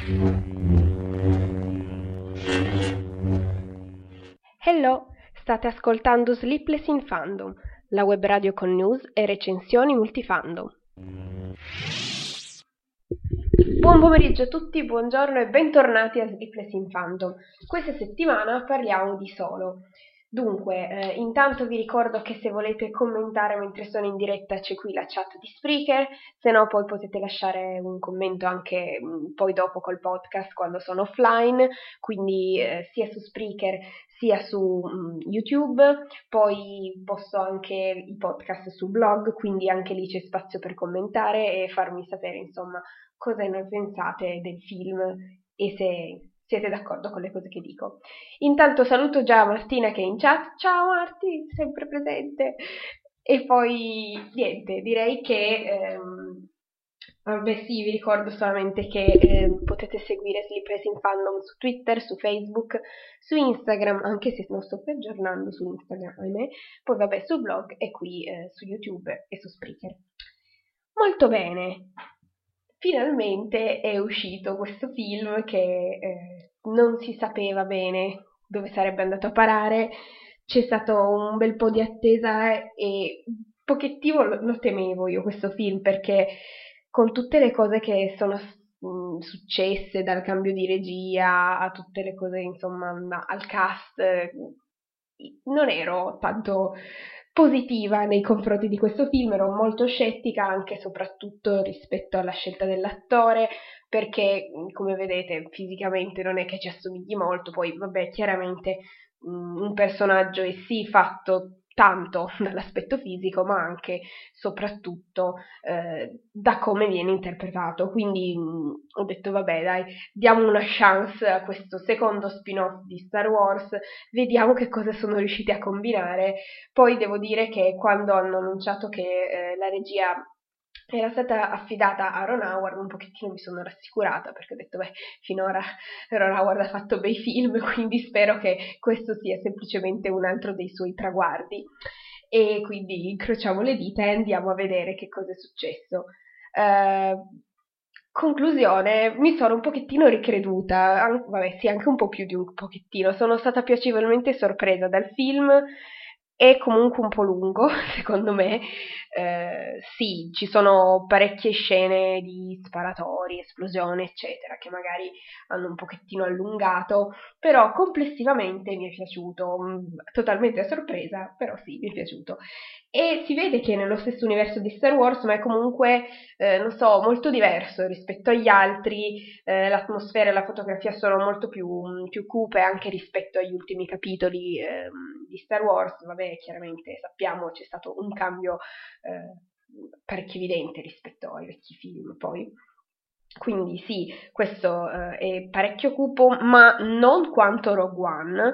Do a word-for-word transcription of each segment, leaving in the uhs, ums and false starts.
Hello, state ascoltando Sleepless in Fandom, la web radio con news e recensioni multifandom. Buon pomeriggio a tutti, buongiorno e bentornati a Sleepless in Fandom. Questa settimana parliamo di Solo. Dunque, eh, intanto vi ricordo che se volete commentare mentre sono in diretta c'è qui la chat di Spreaker, se no poi potete lasciare un commento anche mh, poi dopo col podcast quando sono offline, quindi eh, sia su Spreaker sia su mh, YouTube, poi posto anche i podcast su blog, quindi anche lì c'è spazio per commentare e farmi sapere insomma cosa ne pensate del film e se siete d'accordo con le cose che dico. Intanto saluto già Martina che è in chat. Ciao Marti, sempre presente. E poi niente, direi che ehm, vabbè sì, vi ricordo solamente che eh, potete seguire Sleepless in Fandom su Twitter, su Facebook, su Instagram, anche se non sto più aggiornando su Instagram, ahimè. Poi vabbè sul blog e qui eh, su YouTube e su Spreaker. Molto bene. Finalmente è uscito questo film che eh, non si sapeva bene dove sarebbe andato a parare, c'è stato un bel po' di attesa e un pochettino lo, lo temevo io questo film perché con tutte le cose che sono mh, successe dal cambio di regia a tutte le cose insomma al cast eh, non ero tanto positiva nei confronti di questo film, ero molto scettica anche e soprattutto rispetto alla scelta dell'attore, perché come vedete fisicamente non è che ci assomigli molto, poi vabbè chiaramente mh, un personaggio è sì fatto tanto dall'aspetto fisico, ma anche soprattutto eh, da come viene interpretato. Quindi mh, ho detto vabbè dai, diamo una chance a questo secondo spin-off di Star Wars, vediamo che cosa sono riusciti a combinare. Poi devo dire che quando hanno annunciato che eh, la regia era stata affidata a Ron Howard, un pochettino mi sono rassicurata perché ho detto beh, finora Ron Howard ha fatto bei film, quindi spero che questo sia semplicemente un altro dei suoi traguardi. E quindi incrociamo le dita e andiamo a vedere che cosa è successo. Uh, conclusione, mi sono un pochettino ricreduta, an- vabbè sì, anche un po' più di un pochettino, sono stata piacevolmente sorpresa dal film, è comunque un po' lungo, secondo me, eh, sì, ci sono parecchie scene di sparatori, esplosioni, eccetera, che magari hanno un pochettino allungato, però complessivamente mi è piaciuto, mh, totalmente a sorpresa, però sì, mi è piaciuto. E si vede che è nello stesso universo di Star Wars, ma è comunque, eh, non so, molto diverso rispetto agli altri, eh, l'atmosfera e la fotografia sono molto più, più cupe anche rispetto agli ultimi capitoli eh, di Star Wars, vabbè, chiaramente sappiamo c'è stato un cambio eh, parecchio evidente rispetto ai vecchi film poi. Quindi sì, questo eh, è parecchio cupo, ma non quanto Rogue One,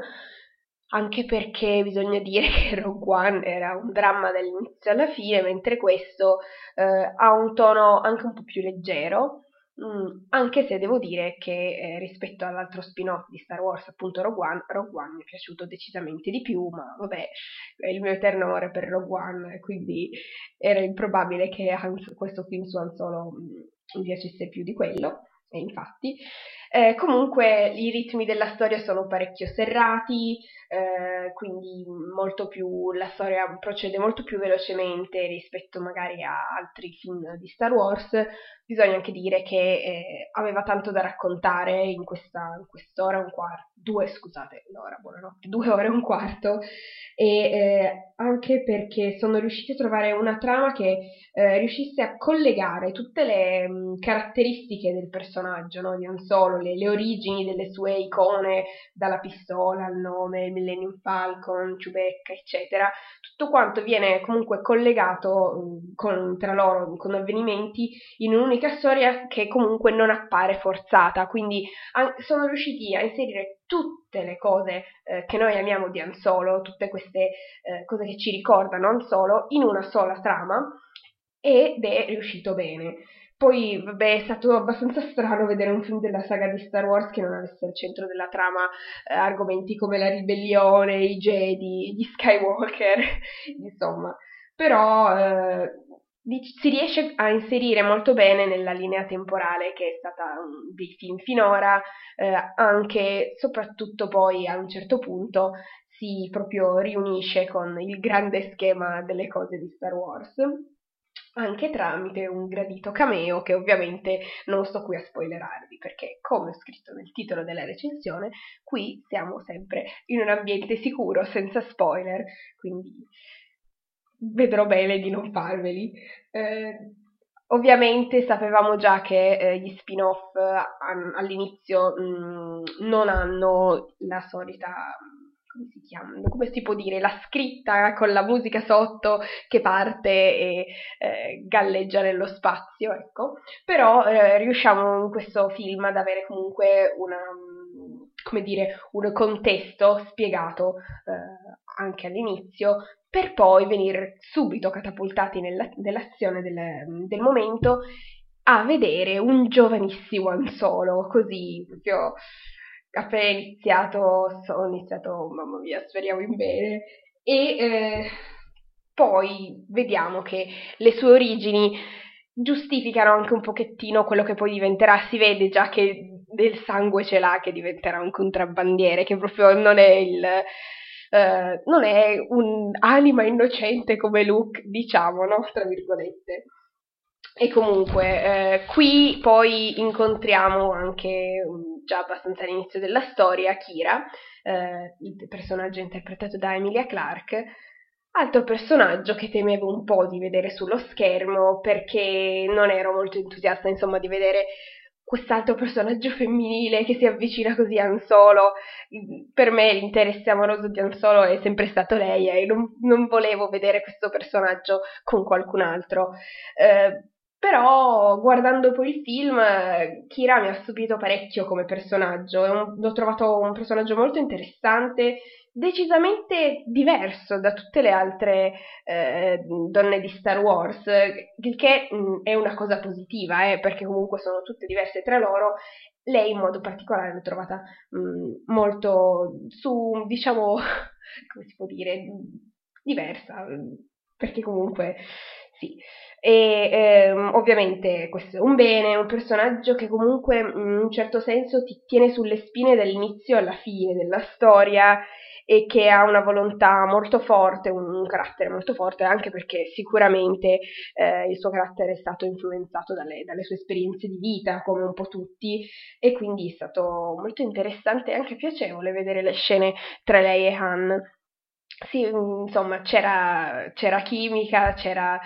anche perché bisogna dire che Rogue One era un dramma dall'inizio alla fine, mentre questo eh, ha un tono anche un po' più leggero, mm, anche se devo dire che eh, rispetto all'altro spin-off di Star Wars, appunto Rogue One, Rogue One mi è piaciuto decisamente di più, ma vabbè, è il mio eterno amore per Rogue One, quindi era improbabile che Han- questo film su Han Solo mh, mi piacesse più di quello, e infatti. Eh, comunque i ritmi della storia sono parecchio serrati, eh, quindi molto più, la storia procede molto più velocemente rispetto magari a altri film di Star Wars. Bisogna anche dire che eh, aveva tanto da raccontare in, questa, in quest'ora e un quarto, due scusate, l'ora, buonanotte, due ore e un quarto, e eh, anche perché sono riusciti a trovare una trama che eh, riuscisse a collegare tutte le mh, caratteristiche del personaggio, no? Di Han Solo, le, le origini delle sue icone, dalla pistola al nome, il Millennium Falcon, Chewbacca, eccetera. Tutto quanto viene comunque collegato mh, con, tra loro con avvenimenti in un'unica storia che comunque non appare forzata, quindi an- sono riusciti a inserire tutte le cose eh, che noi amiamo di Han Solo, tutte queste eh, cose che ci ricordano Han Solo in una sola trama ed è riuscito bene. Poi, vabbè, è stato abbastanza strano vedere un film della saga di Star Wars che non avesse al centro della trama eh, argomenti come la ribellione, i Jedi, gli Skywalker, insomma. Però, eh, si riesce a inserire molto bene nella linea temporale che è stata um, dei film finora, eh, anche soprattutto poi a un certo punto si proprio riunisce con il grande schema delle cose di Star Wars, anche tramite un gradito cameo che ovviamente non sto qui a spoilerarvi, perché come ho scritto nel titolo della recensione, qui siamo sempre in un ambiente sicuro, senza spoiler, quindi vedrò bene di non farveli. Eh, ovviamente sapevamo già che eh, gli spin-off eh, all'inizio mh, non hanno la solita, come si chiama, come si può dire, la scritta con la musica sotto che parte e eh, galleggia nello spazio, ecco. Però eh, riusciamo in questo film ad avere comunque una, come dire, un contesto spiegato eh, anche all'inizio, per poi venire subito catapultati nella, nell'azione del, del momento a vedere un giovanissimo Han Solo, così proprio appena iniziato, ho iniziato, mamma mia, speriamo in bene, e eh, poi vediamo che le sue origini giustificano anche un pochettino quello che poi diventerà, si vede già che del sangue ce l'ha, che diventerà un contrabbandiere, che proprio non è il... Uh, non è un'anima innocente come Luke, diciamo, no? Tra virgolette. E comunque, eh, qui poi incontriamo anche um, già abbastanza all'inizio della storia Kira, eh, il personaggio interpretato da Emilia Clarke, altro personaggio che temevo un po' di vedere sullo schermo perché non ero molto entusiasta, insomma, di vedere quest'altro personaggio femminile che si avvicina così a Han Solo. Per me l'interesse amoroso di Han Solo è sempre stato lei e non, non volevo vedere questo personaggio con qualcun altro. Eh, però guardando poi il film, Kira mi ha stupito parecchio come personaggio, un, l'ho trovato un personaggio molto interessante, decisamente diverso da tutte le altre eh, donne di Star Wars, il che mh, è una cosa positiva, eh, perché comunque sono tutte diverse tra loro. Lei in modo particolare l'ho trovata mh, molto su, diciamo, come si può dire, diversa, perché comunque sì. E ehm, ovviamente questo è un bene, un personaggio che comunque in un certo senso ti tiene sulle spine dall'inizio alla fine della storia e che ha una volontà molto forte, un, un carattere molto forte, anche perché sicuramente eh, il suo carattere è stato influenzato dalle, dalle sue esperienze di vita, come un po' tutti, e quindi è stato molto interessante e anche piacevole vedere le scene tra lei e Han. Sì, insomma, c'era, c'era chimica, c'era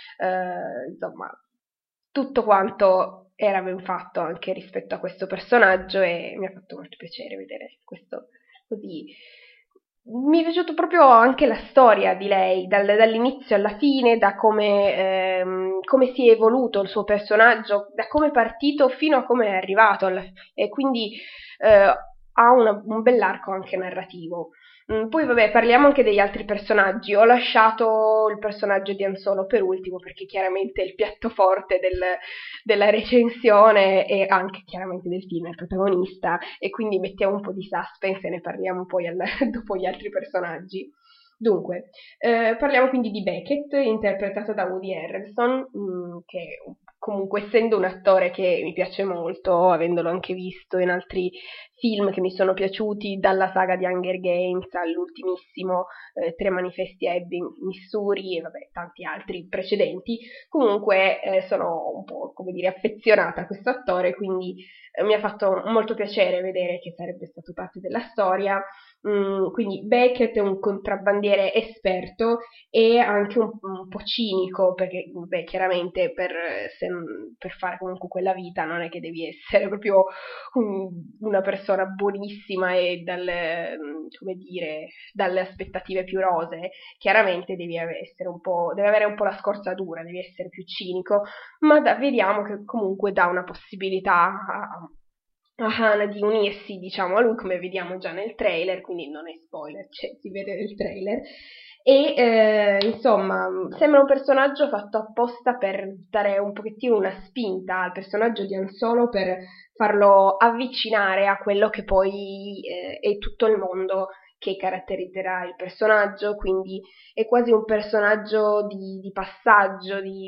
eh, insomma, tutto quanto era ben fatto anche rispetto a questo personaggio e mi ha fatto molto piacere vedere questo così. Mi è piaciuto proprio anche la storia di lei, dal, dall'inizio alla fine, da come, ehm, come si è evoluto il suo personaggio, da come è partito fino a come è arrivato, alla, e quindi eh, ha una, un bell'arco anche narrativo. Mm, poi vabbè, parliamo anche degli altri personaggi. Ho lasciato il personaggio di Han Solo per ultimo perché chiaramente è il piatto forte del, della recensione e anche chiaramente del film, è il protagonista, e quindi mettiamo un po' di suspense e ne parliamo poi al, dopo gli altri personaggi. Dunque, eh, parliamo quindi di Beckett, interpretato da Woody Harrelson, mh, che comunque essendo un attore che mi piace molto, avendolo anche visto in altri film che mi sono piaciuti, dalla saga di Hunger Games all'ultimissimo eh, Tre manifesti a Ebbing, Missouri e vabbè, tanti altri precedenti, comunque eh, sono un po', come dire, affezionata a questo attore, quindi eh, mi ha fatto molto piacere vedere che sarebbe stato parte della storia. Mm, quindi Beckett è un contrabbandiere esperto e anche un, un po' cinico, perché beh, chiaramente per, se, per fare comunque quella vita non è che devi essere proprio un, una persona buonissima e dalle, come dire, dalle aspettative più rosee, chiaramente devi essere un po', devi avere un po' la scorza dura, devi essere più cinico, ma da, vediamo che comunque dà una possibilità a, a Hannah di unirsi, diciamo, a lui, come vediamo già nel trailer, quindi non è spoiler, cioè, si vede nel trailer. E eh, insomma, sembra un personaggio fatto apposta per dare un pochettino una spinta al personaggio di Han Solo, per farlo avvicinare a quello che poi eh, è tutto il mondo che caratterizzerà il personaggio, quindi è quasi un personaggio di, di passaggio, di,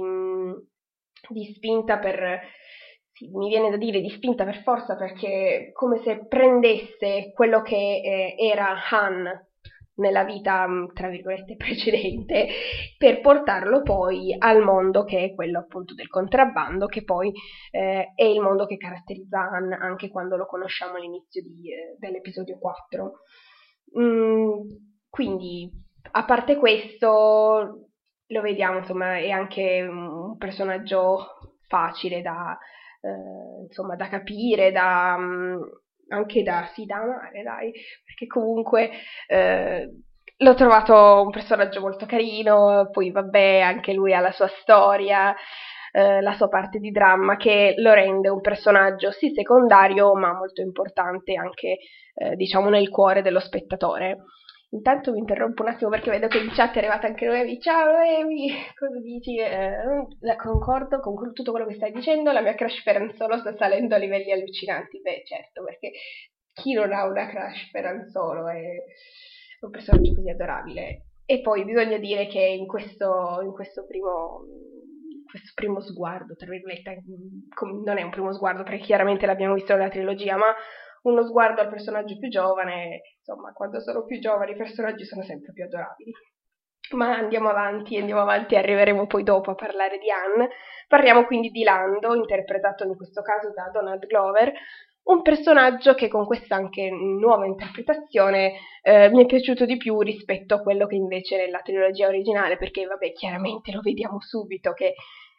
di spinta per, sì, mi viene da dire di spinta per forza, perché come se prendesse quello che eh, era Han nella vita, tra virgolette, precedente, per portarlo poi al mondo che è quello appunto del contrabbando, che poi eh, è il mondo che caratterizza Han anche quando lo conosciamo all'inizio di, eh, dell'episodio quattro. Mm, quindi, a parte questo, lo vediamo, insomma, è anche un personaggio facile da, eh, insomma, da capire, da... Um, anche da, sì, da amare, dai, perché comunque eh, l'ho trovato un personaggio molto carino, poi vabbè, anche lui ha la sua storia, eh, la sua parte di dramma, che lo rende un personaggio sì secondario, ma molto importante anche, eh, diciamo, nel cuore dello spettatore. Intanto mi interrompo un attimo perché vedo che in chat è arrivata anche Noemi. Ciao Noemi, cosa dici? Eh, concordo con tutto quello che stai dicendo, la mia crush per Anzolo sta salendo a livelli allucinanti. Beh, certo, perché chi non ha una crush per Anzolo è un personaggio così adorabile. E poi bisogna dire che in questo, in questo primo... questo primo sguardo, tra virgolette, non è un primo sguardo perché chiaramente l'abbiamo visto nella trilogia, ma uno sguardo al personaggio più giovane, insomma, quando sono più giovani i personaggi sono sempre più adorabili. Ma andiamo avanti, andiamo avanti, arriveremo poi dopo a parlare di Anne. Parliamo quindi di Lando, interpretato in questo caso da Donald Glover, un personaggio che con questa anche nuova interpretazione eh, mi è piaciuto di più rispetto a quello che invece nella trilogia originale, perché vabbè, chiaramente lo vediamo subito che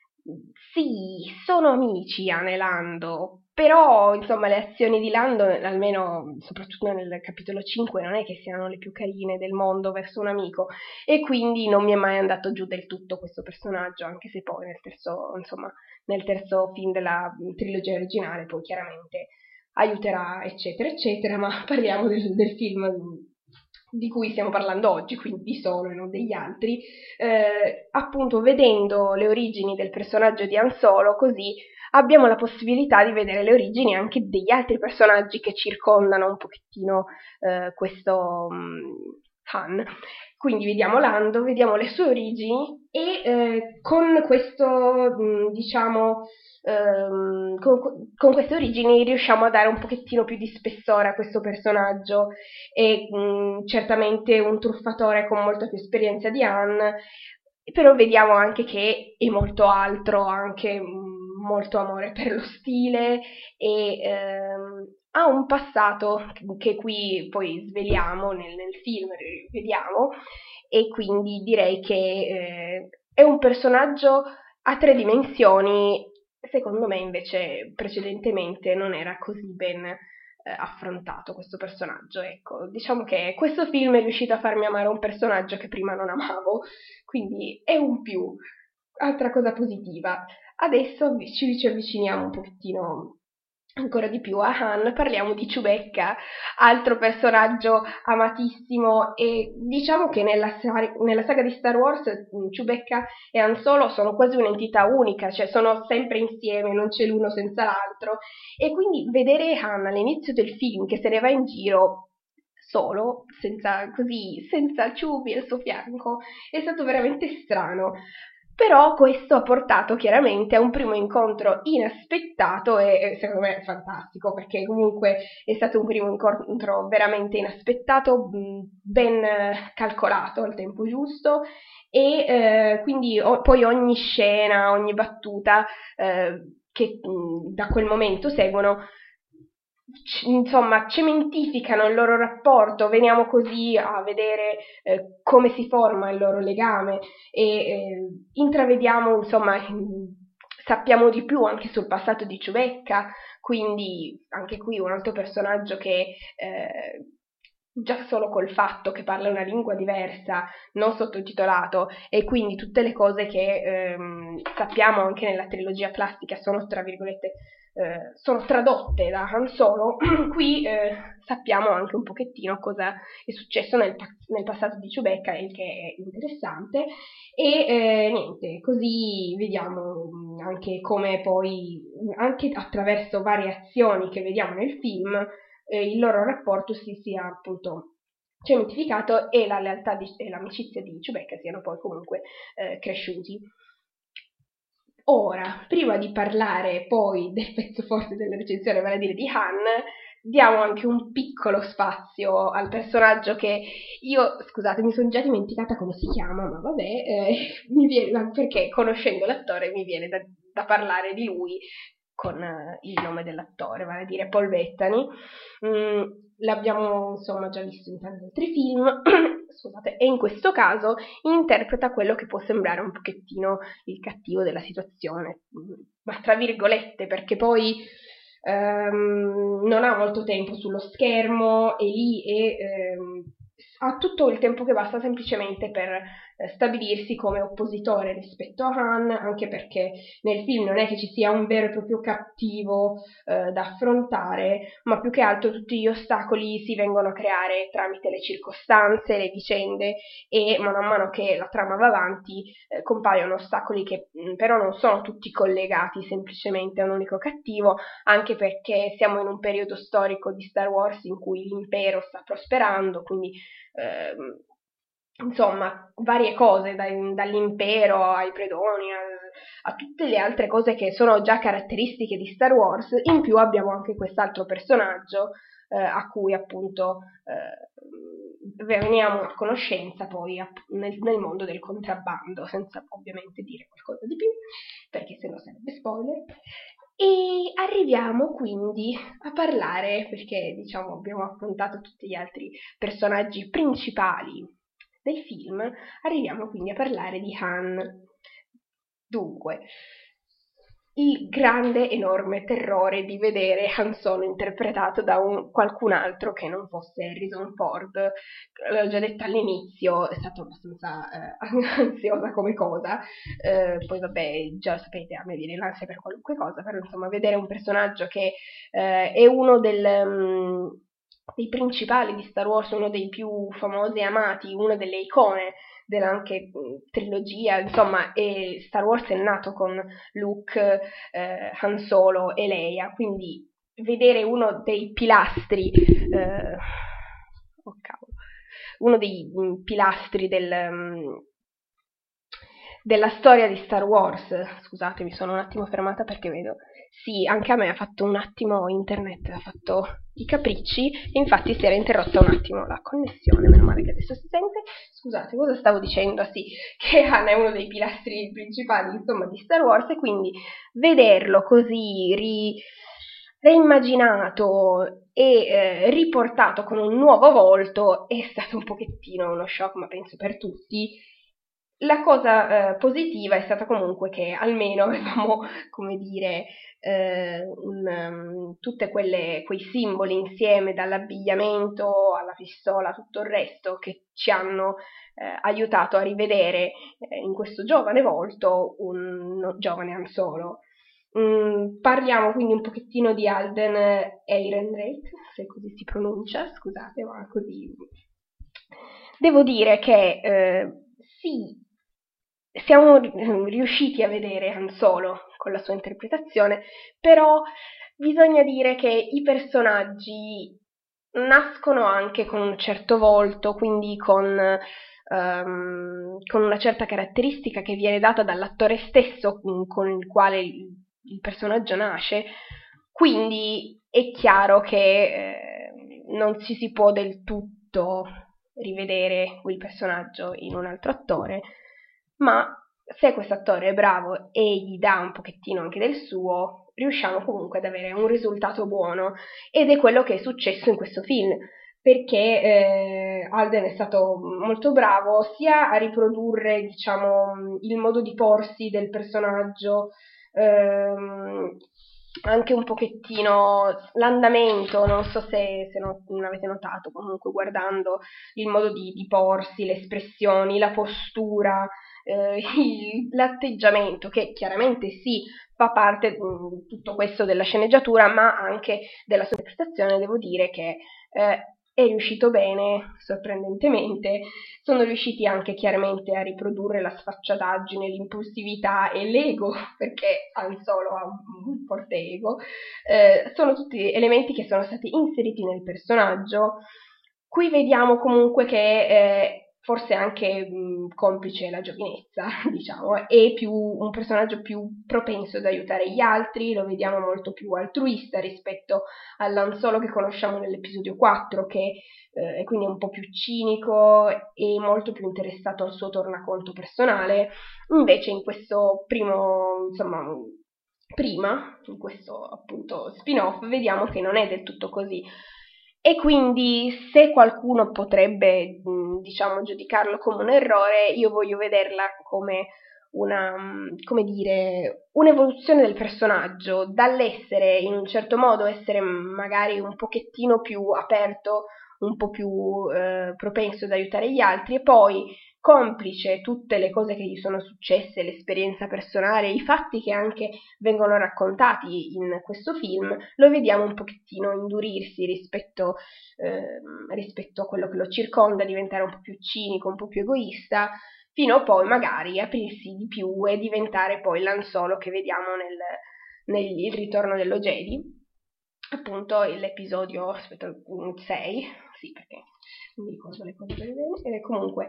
sì, sono amici Anne e Lando, però insomma le azioni di Lando, almeno soprattutto nel capitolo cinque, non è che siano le più carine del mondo verso un amico, e quindi non mi è mai andato giù del tutto questo personaggio, anche se poi nel terzo, insomma, nel terzo film della trilogia originale poi chiaramente aiuterà, eccetera, eccetera, ma parliamo del, del film di cui stiamo parlando oggi, quindi di Solo e non degli altri, eh, appunto vedendo le origini del personaggio di Han Solo, così abbiamo la possibilità di vedere le origini anche degli altri personaggi che circondano un pochettino eh, questo um, Han. Quindi vediamo Lando, vediamo le sue origini e eh, con questo, mh, diciamo, ehm, con, con queste origini riusciamo a dare un pochettino più di spessore a questo personaggio. È mh, certamente un truffatore con molta più esperienza di Han, però vediamo anche che è molto altro, anche mh, molto amore per lo stile e ehm, ha un passato che qui poi sveliamo nel, nel film, vediamo, e quindi direi che eh, è un personaggio a tre dimensioni. Secondo me invece precedentemente non era così ben eh, affrontato questo personaggio. Ecco, diciamo che questo film è riuscito a farmi amare un personaggio che prima non amavo, quindi è un più, altra cosa positiva. Adesso ci, ci avviciniamo un pochettino ancora di più a Han, parliamo di Chewbacca, altro personaggio amatissimo, e diciamo che nella, nella saga di Star Wars Chewbacca e Han Solo sono quasi un'entità unica, cioè sono sempre insieme, non c'è l'uno senza l'altro, e quindi vedere Han all'inizio del film che se ne va in giro solo, senza, così, senza Chewbie al suo fianco, è stato veramente strano. Però questo ha portato chiaramente a un primo incontro inaspettato e secondo me fantastico, perché comunque è stato un primo incontro veramente inaspettato, ben calcolato al tempo giusto, e eh, quindi o, poi ogni scena, ogni battuta eh, che mh, da quel momento seguono, c- insomma, cementificano il loro rapporto, veniamo così a vedere eh, come si forma il loro legame e eh, intravediamo, insomma, sappiamo di più anche sul passato di Chewbacca, quindi anche qui un altro personaggio che eh, già solo col fatto che parla una lingua diversa, non sottotitolato, e quindi tutte le cose che ehm, sappiamo anche nella trilogia classica sono, tra virgolette, eh, sono tradotte da Han Solo, qui eh, sappiamo anche un pochettino cosa è successo nel, nel passato di Chewbacca, il che è interessante, e eh, niente, così vediamo anche come poi, anche attraverso varie azioni che vediamo nel film, eh, il loro rapporto si sia appunto cementificato e la lealtà di, e l'amicizia di Chewbacca siano poi comunque eh, cresciuti. Ora, prima di parlare poi del pezzo forte della recensione, vale a dire di Han, diamo anche un piccolo spazio al personaggio che io, scusate, mi sono già dimenticata come si chiama, ma vabbè, eh, mi viene, perché conoscendo l'attore mi viene da, da parlare di lui con eh, il nome dell'attore, vale a dire Paul Bettany. Mm, l'abbiamo insomma già visto in tanti altri film, scusate, e in questo caso interpreta quello che può sembrare un pochettino il cattivo della situazione, ma tra virgolette, perché poi ehm, non ha molto tempo sullo schermo e lì è, ehm, ha tutto il tempo che basta semplicemente per eh, stabilirsi come oppositore rispetto a Han, anche perché nel film non è che ci sia un vero e proprio cattivo eh, da affrontare, ma più che altro tutti gli ostacoli si vengono a creare tramite le circostanze, le vicende, e mano a mano che la trama va avanti eh, compaiono ostacoli che mh, però non sono tutti collegati semplicemente a un unico cattivo, anche perché siamo in un periodo storico di Star Wars in cui l'impero sta prosperando, quindi ehm, insomma, varie cose, dai, dall'impero ai predoni, a, a tutte le altre cose che sono già caratteristiche di Star Wars. In più abbiamo anche quest'altro personaggio eh, a cui appunto eh, veniamo a conoscenza poi app- nel, nel mondo del contrabbando, senza ovviamente dire qualcosa di più, perché sennò sarebbe spoiler. E arriviamo quindi a parlare, perché diciamo abbiamo affrontato tutti gli altri personaggi principali del film, arriviamo quindi a parlare di Han. Dunque, il grande, enorme terrore di vedere Han Solo interpretato da un, qualcun altro che non fosse Harrison Ford. L'ho già detto all'inizio, è stato abbastanza eh, ansiosa come cosa, eh, poi vabbè, già sapete, a me viene l'ansia per qualunque cosa, però insomma vedere un personaggio che eh, è uno del... Um, dei principali di Star Wars, uno dei più famosi e amati, una delle icone della anche mh, trilogia, insomma, e Star Wars è nato con Luke, eh, Han Solo e Leia, quindi vedere uno dei pilastri, eh, oh cavolo, uno dei mh, pilastri del, mh, della storia di Star Wars, scusate, mi sono un attimo fermata perché vedo, sì, anche a me ha fatto un attimo internet, ha fatto i capricci, e infatti si era interrotta un attimo la connessione, meno male che adesso si sente. Scusate, cosa stavo dicendo? Ah, sì, che Han è uno dei pilastri principali, insomma, di Star Wars, e quindi vederlo così ri, reimmaginato e eh, riportato con un nuovo volto è stato un pochettino uno shock, ma penso per tutti. La cosa eh, positiva è stata comunque che almeno avevamo, come dire, eh, un, um, tutti quei simboli insieme, dall'abbigliamento alla pistola, tutto il resto, che ci hanno eh, aiutato a rivedere eh, in questo giovane volto un no, giovane Han Solo. Mm, parliamo quindi un pochettino di Alden Ehrenreich, se così si pronuncia, scusate, ma così. Devo dire che eh, sì, siamo riusciti a vedere Han Solo con la sua interpretazione, però bisogna dire che i personaggi nascono anche con un certo volto, quindi con, um, con una certa caratteristica che viene data dall'attore stesso con il quale il, il personaggio nasce, quindi è chiaro che eh, non ci si può del tutto rivedere il personaggio in un altro attore, ma se questo attore è bravo e gli dà un pochettino anche del suo, riusciamo comunque ad avere un risultato buono, ed è quello che è successo in questo film, perché eh, Alden è stato molto bravo sia a riprodurre, diciamo, il modo di porsi del personaggio, ehm, anche un pochettino l'andamento, non so se, se non, non avete notato, comunque guardando il modo di, di porsi, le espressioni, la postura, eh, il, l'atteggiamento, che chiaramente sì, fa parte di tutto questo della sceneggiatura, ma anche della sua interpretazione. Devo dire che eh, è riuscito bene, sorprendentemente. Sono riusciti anche chiaramente a riprodurre la sfacciataggine, l'impulsività e l'ego, perché Han Solo ha un forte ego. Eh, sono tutti elementi che sono stati inseriti nel personaggio, Qui vediamo comunque che eh, forse anche mh, complice la giovinezza, diciamo, è più un personaggio più propenso ad aiutare gli altri, lo vediamo molto più altruista rispetto all'Han Solo che conosciamo nell'episodio quattro, che eh, è quindi un po' più cinico e molto più interessato al suo tornaconto personale. Invece in questo primo, insomma, prima, in questo appunto spin-off, vediamo che non è del tutto così. E quindi se qualcuno potrebbe, diciamo, giudicarlo come un errore, io voglio vederla come una, come dire, un'evoluzione del personaggio, dall'essere in un certo modo, essere magari un pochettino più aperto, un po' più eh, propenso ad aiutare gli altri, e poi complice tutte le cose che gli sono successe, l'esperienza personale, i fatti che anche vengono raccontati in questo film, lo vediamo un pochettino indurirsi rispetto, eh, rispetto a quello che lo circonda, diventare un po' più cinico, un po' più egoista, fino a poi magari aprirsi di più e diventare poi l'Han Solo che vediamo nel, nel Il ritorno dello Jedi, appunto l'episodio aspetta, sei, sì perché non mi ricordo le cose bene bene, eh, comunque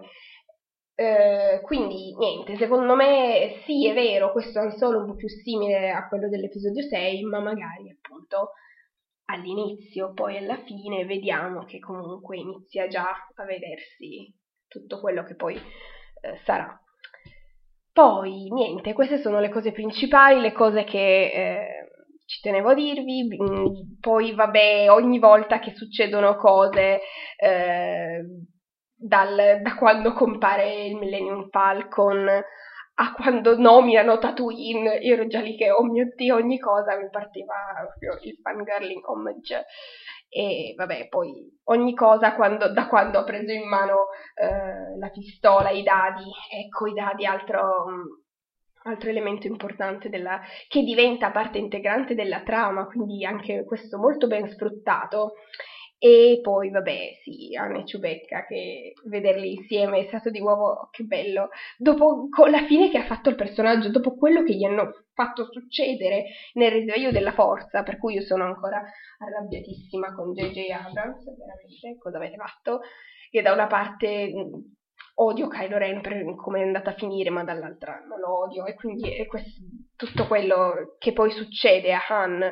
eh, quindi niente, secondo me sì è vero, questo è solo un po' più simile a quello dell'episodio sei, ma magari appunto all'inizio, poi alla fine vediamo che comunque inizia già a vedersi tutto quello che poi eh, sarà. Poi niente, queste sono le cose principali, le cose che eh, ci tenevo a dirvi. Poi vabbè, ogni volta che succedono cose eh, dal, da quando compare il Millennium Falcon a quando nominano Tatooine, io ero già lì che, oh mio Dio, ogni cosa mi partiva proprio il fangirling homage. E vabbè, poi ogni cosa quando, da quando ho preso in mano eh, la pistola, i dadi, ecco i dadi, altro, altro elemento importante della, che diventa parte integrante della trama, quindi anche questo molto ben sfruttato. E poi, vabbè, sì, Anna e Ciubecca, che vederli insieme è stato di nuovo, che bello. Dopo con la fine che ha fatto il personaggio, dopo quello che gli hanno fatto succedere nel risveglio della forza, per cui io sono ancora arrabbiatissima con J J Abrams, veramente, cosa avete fatto? Che da una parte mh, odio Kylo Ren per come è andata a finire, ma dall'altra non lo odio, e quindi è questo, tutto quello che poi succede a Han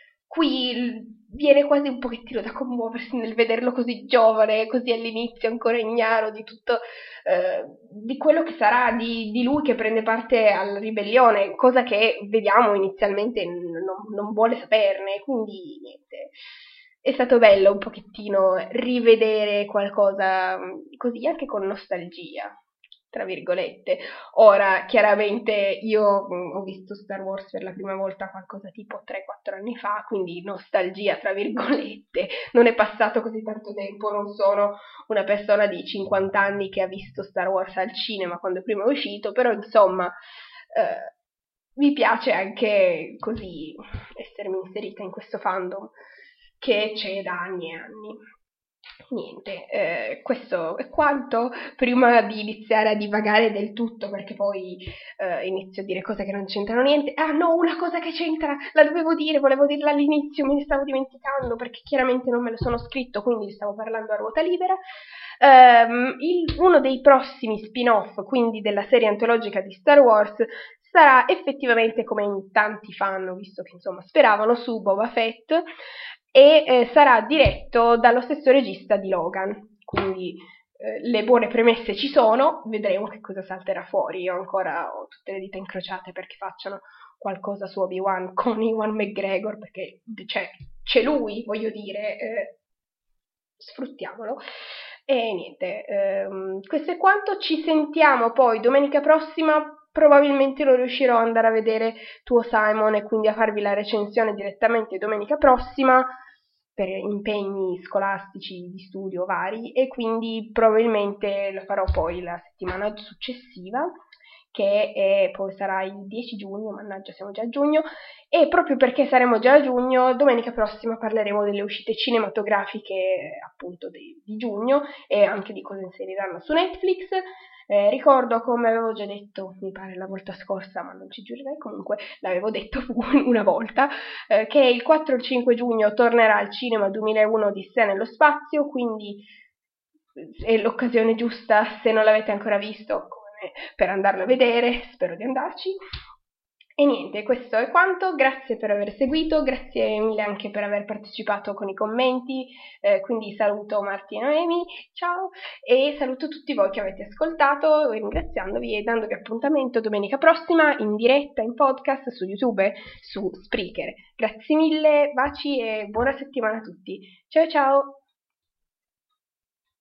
qui viene quasi un pochettino da commuoversi nel vederlo così giovane, così all'inizio ancora ignaro di tutto, eh, di quello che sarà di, di lui che prende parte alla ribellione, cosa che vediamo inizialmente non, non vuole saperne, quindi niente. È stato bello un pochettino rivedere qualcosa così anche con nostalgia, tra virgolette. Ora, chiaramente io mh, ho visto Star Wars per la prima volta qualcosa tipo tre quattro anni fa, quindi nostalgia, tra virgolette, non è passato così tanto tempo, non sono una persona di cinquanta anni che ha visto Star Wars al cinema quando prima è uscito, però insomma eh, mi piace anche così essermi inserita in questo fandom che c'è da anni e anni. Niente, eh, questo è quanto. Prima di iniziare a divagare del tutto, perché poi eh, inizio a dire cose che non c'entrano niente. Ah no, una cosa che c'entra, la dovevo dire, volevo dirla all'inizio, me ne stavo dimenticando perché chiaramente non me lo sono scritto, quindi stavo parlando a ruota libera. Um, il, uno dei prossimi spin-off, quindi della serie antologica di Star Wars, sarà effettivamente, come in tanti fanno, visto che insomma speravano, su Boba Fett, e eh, sarà diretto dallo stesso regista di Logan, quindi eh, le buone premesse ci sono, vedremo che cosa salterà fuori. Io ancora ho tutte le dita incrociate perché facciano qualcosa su Obi-Wan con Ewan McGregor, perché cioè, c'è lui, voglio dire, eh, sfruttiamolo. E niente, ehm, questo è quanto. Ci sentiamo poi domenica prossima. Probabilmente non riuscirò ad andare a vedere Tuo Simon e quindi a farvi la recensione direttamente domenica prossima per impegni scolastici di studio vari, e quindi probabilmente lo farò poi la settimana successiva, che è, poi sarà il dieci giugno, mannaggia siamo già a giugno, e proprio perché saremo già a giugno, domenica prossima parleremo delle uscite cinematografiche appunto di, di giugno e anche di cosa inseriranno su Netflix. Eh, ricordo, come avevo già detto, mi pare la volta scorsa, ma non ci giurerei, comunque l'avevo detto una volta, eh, che il quattro e il cinque giugno tornerà al cinema duemilauno Odissea nello spazio, quindi è l'occasione giusta, se non l'avete ancora visto, come me, per andarlo a vedere, spero di andarci. E niente, questo è quanto, grazie per aver seguito, grazie mille anche per aver partecipato con i commenti, eh, quindi saluto Marti e Noemi, ciao, e saluto tutti voi che avete ascoltato, ringraziandovi e dandovi appuntamento domenica prossima in diretta, in podcast, su YouTube, su Spreaker. Grazie mille, baci e buona settimana a tutti. Ciao ciao!